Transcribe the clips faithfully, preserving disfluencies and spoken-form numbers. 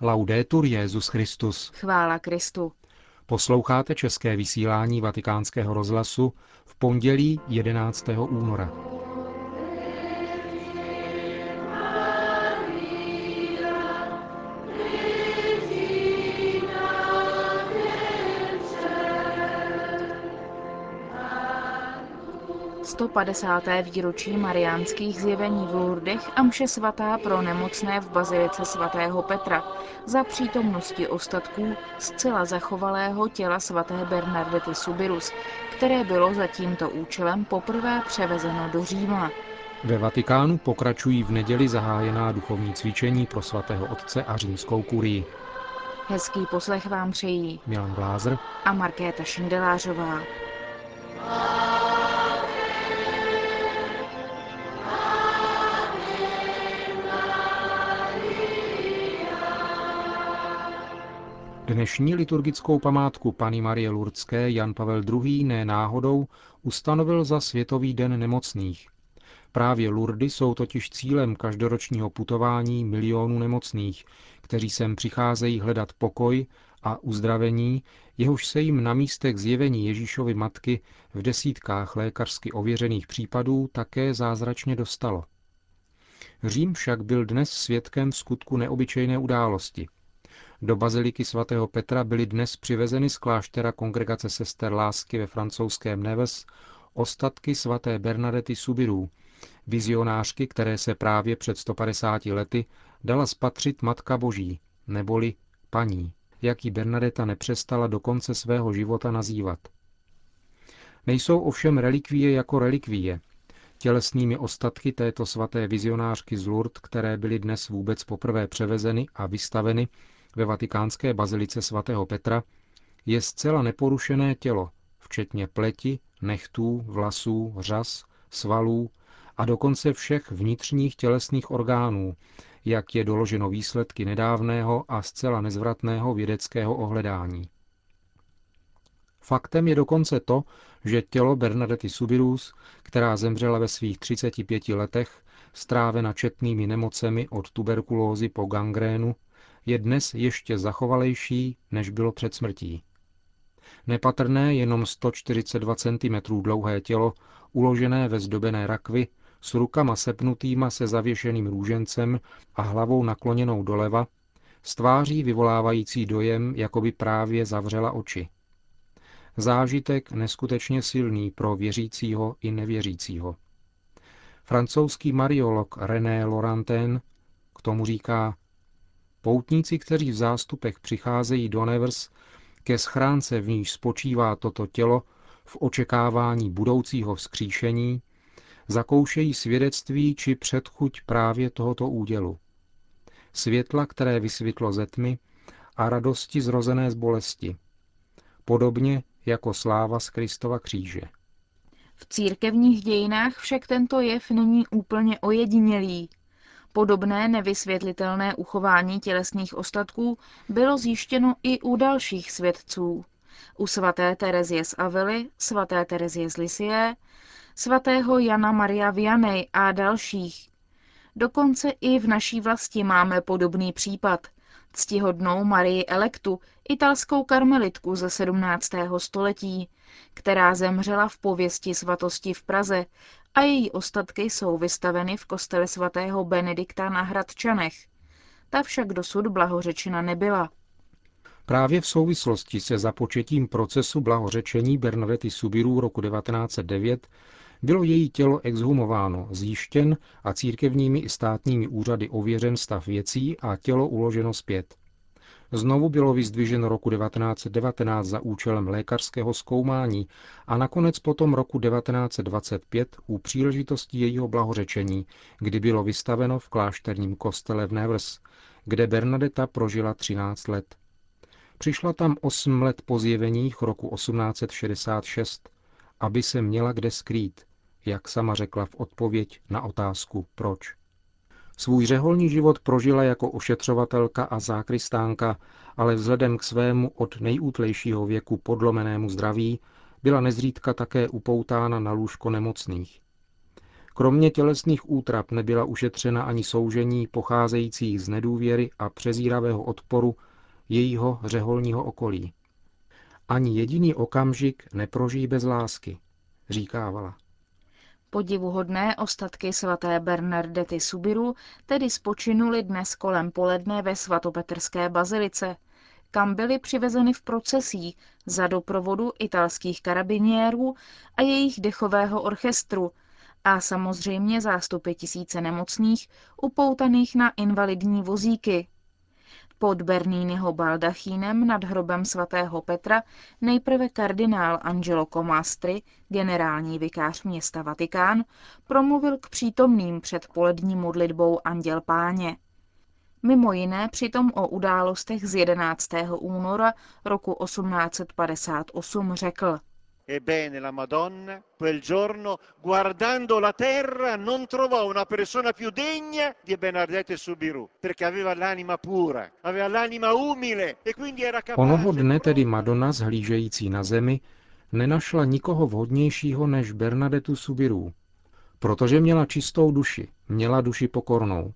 Laudetur Jesus Christus. Chvála Kristu. Posloucháte české vysílání Vatikánského rozhlasu v pondělí jedenáctého února. sto padesáté výročí mariánských zjevení v Lourdech a mše svatá pro nemocné v bazilice svatého Petra za přítomnosti ostatků zcela zachovalého těla svaté Bernadety Subirus, které bylo za tímto účelem poprvé převezeno do Říma. Ve Vatikánu pokračují v neděli zahájená duchovní cvičení pro svatého otce a římskou kurii. Hezký poslech vám přejí Milan Glázer a Markéta Šindelářová. Dnešní liturgickou památku Panny Marie Lurdské Jan Pavel druhý. ne náhodou ustanovil za Světový den nemocných. Právě Lurdy jsou totiž cílem každoročního putování milionů nemocných, kteří sem přicházejí hledat pokoj a uzdravení, jehož se jim na místech zjevení Ježíšovy matky v desítkách lékařsky ověřených případů také zázračně dostalo. Řím však byl dnes svědkem skutku neobyčejné události. Do baziliky svatého Petra byly dnes přivezeny z kláštera Kongregace sester lásky ve francouzském Neves ostatky svaté Bernadety Subirů, vizionářky, které se právě před sto padesáti lety dala spatřit Matka Boží, neboli Paní, jak ji Bernadeta nepřestala do konce svého života nazývat. Nejsou ovšem relikvie jako relikvie. Tělesnými ostatky této svaté vizionářky z Lourdes, které byly dnes vůbec poprvé převezeny a vystaveny ve vatikánské bazilice svatého Petra, je zcela neporušené tělo, včetně pleti, nechtů, vlasů, řas, svalů a dokonce všech vnitřních tělesných orgánů, jak je doloženo výsledky nedávného a zcela nezvratného vědeckého ohledání. Faktem je dokonce to, že tělo Bernadety Subirus, která zemřela ve svých třiceti pěti letech, strávena četnými nemocemi od tuberkulózy po gangrénu, je dnes ještě zachovalejší, než bylo před smrtí. Nepatrné jenom sto čtyřicet dva centimetrů dlouhé tělo, uložené ve zdobené rakvi, s rukama sepnutýma se zavěšeným růžencem a hlavou nakloněnou doleva, s tváří vyvolávající dojem, jako by právě zavřela oči. Zážitek neskutečně silný pro věřícího i nevěřícího. Francouzský mariolog René Laurentin k tomu říká: poutníci, kteří v zástupech přicházejí do Nevers ke schránce, v níž spočívá toto tělo, v očekávání budoucího vzkříšení, zakoušejí svědectví či předchuť právě tohoto údělu. Světla, které vysvětlo ze tmy, a radosti zrozené z bolesti. Podobně jako sláva z Kristova kříže. V církevních dějinách však tento jev není úplně ojedinělý. Podobné nevysvětlitelné uchování tělesných ostatků bylo zjištěno i u dalších svědců. U svaté Terezie z Avily, svaté Terezie z Lisie, svatého Jana Maria Vianney a dalších. Dokonce i v naší vlasti máme podobný případ. Ctihodnou Marii Elektu, italskou karmelitku ze sedmnáctého století, která zemřela v pověsti svatosti v Praze a její ostatky jsou vystaveny v kostele svatého Benedikta na Hradčanech. Ta však dosud blahořečena nebyla. Právě v souvislosti se započetím procesu blahořečení Bernadety Subirů roku devatenáct set devět bylo její tělo exhumováno, zjištěn a církevními i státními úřady ověřen stav věcí a tělo uloženo zpět. Znovu bylo vyzdviženo roku devatenáct set devatenáct za účelem lékařského zkoumání a nakonec potom roku devatenáct set dvacet pět u příležitosti jejího blahořečení, kdy bylo vystaveno v klášterním kostele v Nevers, kde Bernadeta prožila třináct let. Přišla tam osm let po zjeveních roku osmnáct set šedesát šest, aby se měla kde skrýt, jak sama řekla v odpověď na otázku proč. Svůj řeholní život prožila jako ošetřovatelka a zákristánka, ale vzhledem k svému od nejútlejšího věku podlomenému zdraví byla nezřídka také upoutána na lůžko nemocných. Kromě tělesných útrap nebyla ušetřena ani soužení pocházejících z nedůvěry a přezíravého odporu jejího řeholního okolí. Ani jediný okamžik neprožijí bez lásky, říkávala. Podivuhodné ostatky svaté Bernardety Subiru tedy spočinuly dnes kolem poledne ve svatopetrské bazilice, kam byly přivezeny v procesí za doprovodu italských karabiniérů a jejich dechového orchestru a samozřejmě zástupy tisíce nemocných upoutaných na invalidní vozíky. Pod Berniniho baldachínem nad hrobem svatého Petra nejprve kardinál Angelo Comastri, generální vikář města Vatikán, promluvil k přítomným před polední modlitbou Anděl Páně. Mimo jiné přitom o událostech z jedenáctého února roku osmnáct set padesát osm řekl: Ebbene, la Madonna, quel giorno, guardando la terra, non trovò una persona più degna di Bernardete Subiru, perché aveva l'anima pura, aveva l'anima umile, e quindi era capace... Onoho dne tedy Madonna, zhlížející na zemi, nenašla nikoho vhodnějšího než Bernadetu Subiru, protože měla čistou duši, měla duši pokornou.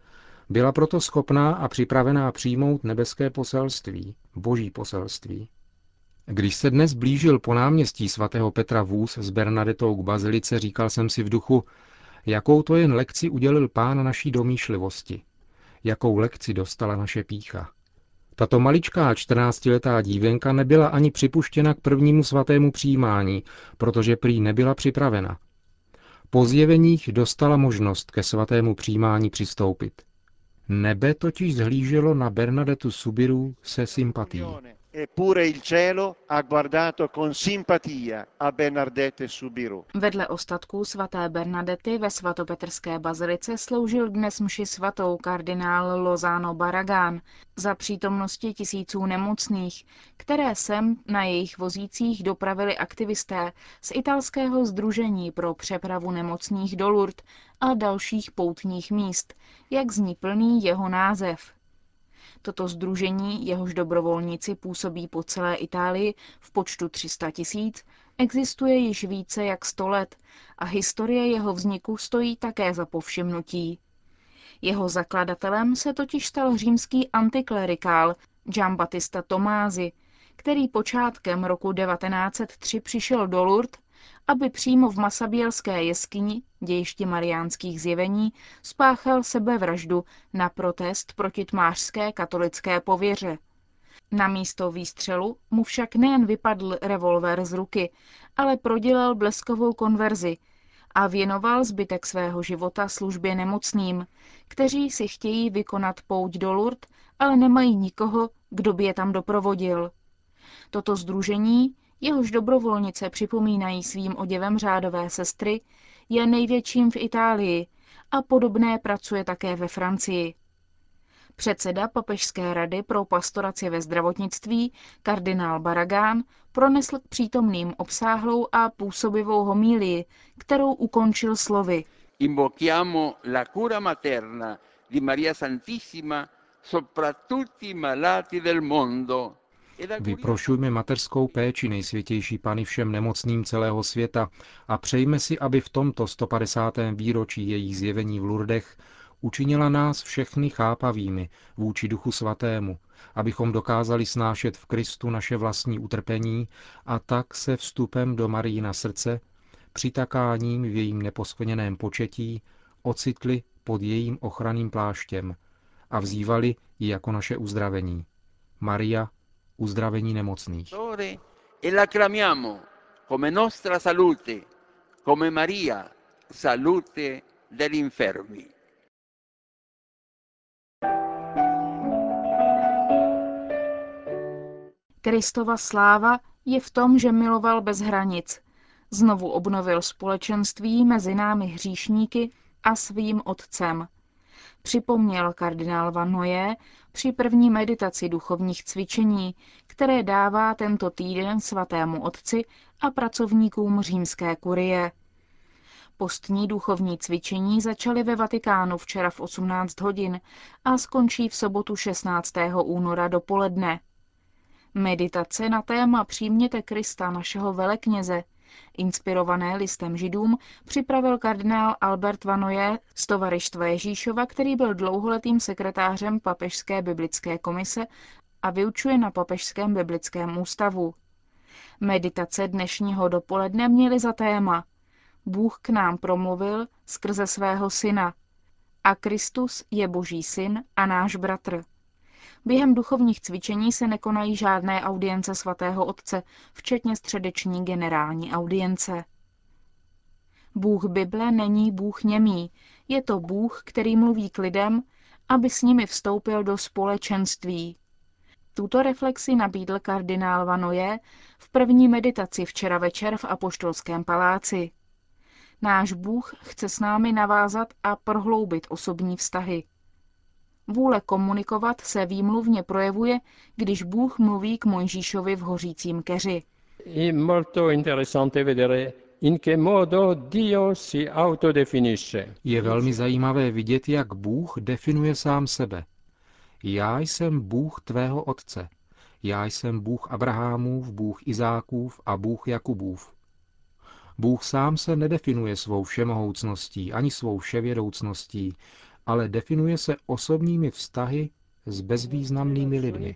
Byla proto schopná a připravená přijmout nebeské poselství, boží poselství. Když se dnes blížil po náměstí svatého Petra vůz s Bernadetou k bazilice, říkal jsem si v duchu, jakou to jen lekci udělil Pán naší domýšlivosti, jakou lekci dostala naše pýcha. Tato maličká čtrnáctiletá dívenka nebyla ani připuštěna k prvnímu svatému přijímání, protože prý nebyla připravena. Po zjeveních dostala možnost ke svatému přijímání přistoupit. Nebe totiž zhlíželo na Bernadetu Subiru se sympatií. Eppure il cielo ha guardato con simpatia a Bernardete Subiru. Vedle ostatků svaté Bernadety ve svatopetrské bazilice sloužil dnes mši svatou kardinál Lozano Barragán za přítomnosti tisíců nemocných, které sem na jejich vozících dopravili aktivisté z italského sdružení pro přepravu nemocných do Lourdes a dalších poutních míst, jak zní plný jeho název. Toto sdružení, jehož dobrovolníci působí po celé Itálii v počtu tři sta tisíc, existuje již více jak sto let a historie jeho vzniku stojí také za povšimnutí. Jeho zakladatelem se totiž stal římský antiklerikál Giambattista Tomasi, který počátkem roku devatenáct set tři přišel do Lourdes, aby přímo v Massabielské jeskyni, dějišti mariánských zjevení, spáchal sebevraždu na protest proti tmářské katolické pověře. Na místo výstřelu mu však nejen vypadl revolver z ruky, ale prodělal bleskovou konverzi a věnoval zbytek svého života službě nemocným, kteří si chtějí vykonat pouť do Lourdes, ale nemají nikoho, kdo by je tam doprovodil. Toto sdružení, jehož dobrovolnice připomínají svým oděvem řádové sestry, je největším v Itálii a podobné pracuje také ve Francii. Předseda Papežské rady pro pastoraci ve zdravotnictví, kardinál Barragán, pronesl k přítomným obsáhlou a působivou homílii, kterou ukončil slovy: Invochiamo la cura materna di Maria Santissima sopra tutti i malati del mondo. Vyprošujme mateřskou péči nejsvětější Panny všem nemocným celého světa a přejme si, aby v tomto sto padesátém výročí jejich zjevení v Lourdech učinila nás všechny chápavými vůči Duchu Svatému, abychom dokázali snášet v Kristu naše vlastní utrpení a tak se vstupem do Marijina srdce, přitakáním v jejím neposkvrněném početí, ocitli pod jejím ochranným pláštěm a vzývali ji jako naše uzdravení. Maria, uzdravení nemocných. E la clamiamo come nostra salute, come Maria, salute degli infermi. Kristova sláva je v tom, že miloval bez hranic. Znovu obnovil společenství mezi námi hříšníky a svým Otcem. Připomněl kardinál Vanoje při první meditaci duchovních cvičení, které dává tento týden svatému otci a pracovníkům římské kurie. Postní duchovní cvičení začaly ve Vatikánu včera v osmnáct hodin a skončí v sobotu šestnáctého února dopoledne. Meditace na téma Přijměte Krista, našeho velekněze, Inspirované listem Židům připravil kardinál Albert Vanoye z Tovarištva Ježíšova, který byl dlouholetým sekretářem Papežské biblické komise a vyučuje na Papežském biblickém ústavu. Meditace dnešního dopoledne měly za téma Bůh k nám promluvil skrze svého syna a Kristus je Boží syn a náš bratr. Během duchovních cvičení se nekonají žádné audience svatého otce, včetně středeční generální audience. Bůh Bible není Bůh němý, je to Bůh, který mluví k lidem, aby s nimi vstoupil do společenství. Tuto reflexi nabídl kardinál Vanoye v první meditaci včera večer v Apoštolském paláci. Náš Bůh chce s námi navázat a prohloubit osobní vztahy. Vůle komunikovat se výmluvně projevuje, když Bůh mluví k Mojžíšovi v hořícím keři. Je velmi zajímavé vidět, jak Bůh definuje sám sebe. Já jsem Bůh tvého otce. Já jsem Bůh Abrahamův, Bůh Izákův a Bůh Jakubův. Bůh sám se nedefinuje svou všemohoucností ani svou vševědoucností, ale definuje se osobními vztahy s bezvýznamnými lidmi.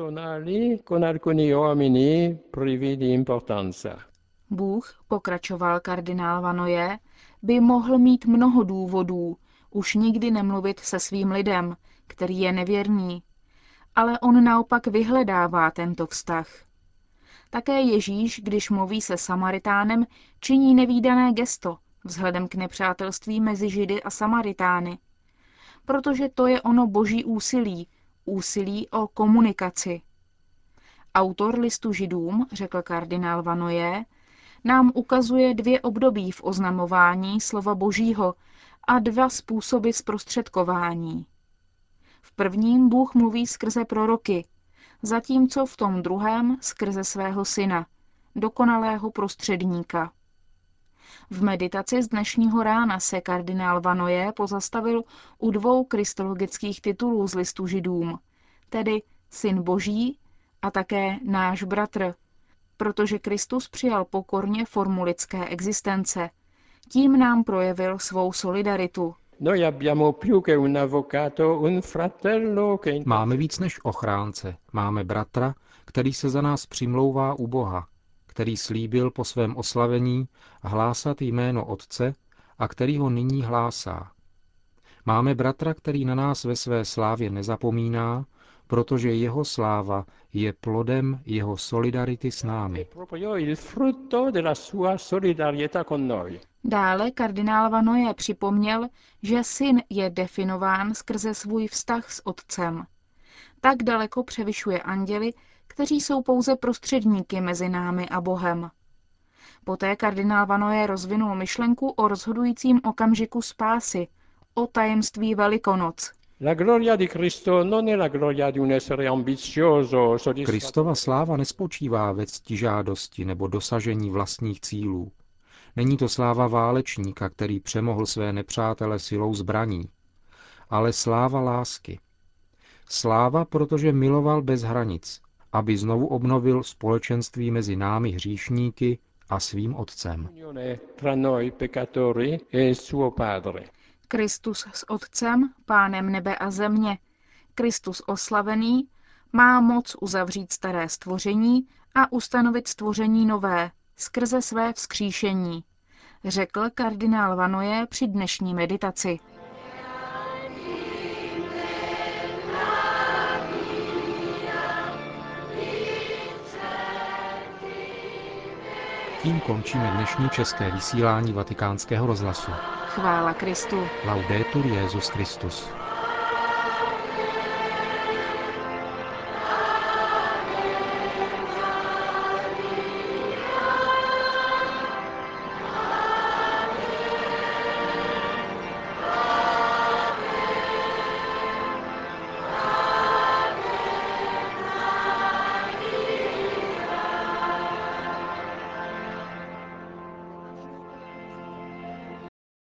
Bůh, pokračoval kardinál Vanoye, by mohl mít mnoho důvodů už nikdy nemluvit se svým lidem, který je nevěrný, ale on naopak vyhledává tento vztah. Také Ježíš, když mluví se Samaritánem, činí nevídané gesto vzhledem k nepřátelství mezi Židy a Samaritány. Protože to je ono boží úsilí, úsilí o komunikaci. Autor listu Židům, řekl kardinál Vanoye, nám ukazuje dvě období v oznamování slova božího a dva způsoby zprostředkování. V prvním Bůh mluví skrze proroky, zatímco v tom druhém skrze svého syna, dokonalého prostředníka. V meditaci z dnešního rána se kardinál Vanoye pozastavil u dvou kristologických titulů z listu Židům, tedy Syn Boží a také náš bratr, protože Kristus přijal pokorně formu lidské existence. Tím nám projevil svou solidaritu. Máme víc než ochránce, máme bratra, který se za nás přimlouvá u Boha, který slíbil po svém oslavení hlásat jméno Otce a který ho nyní hlásá. Máme bratra, který na nás ve své slávě nezapomíná, protože jeho sláva je plodem jeho solidarity s námi. Dále kardinál Vanoye připomněl, že syn je definován skrze svůj vztah s otcem. Tak daleko převyšuje anděli, kteří jsou pouze prostředníky mezi námi a Bohem. Poté kardinál Vanoye rozvinul myšlenku o rozhodujícím okamžiku spásy, o tajemství Velikonoc. Kristova sláva nespočívá ve ctižádosti nebo dosažení vlastních cílů. Není to sláva válečníka, který přemohl své nepřátele silou zbraní, ale sláva lásky. Sláva, protože miloval bez hranic, aby znovu obnovil společenství mezi námi hříšníky a svým Otcem. Kristus s Otcem, Pánem nebe a země, Kristus oslavený, má moc uzavřít staré stvoření a ustanovit stvoření nové, skrze své vzkříšení, řekl kardinál Vanoye při dnešní meditaci. Tím končíme dnešní české vysílání Vatikánského rozhlasu. Chvála Kristu. Laudetur Jesus Christus.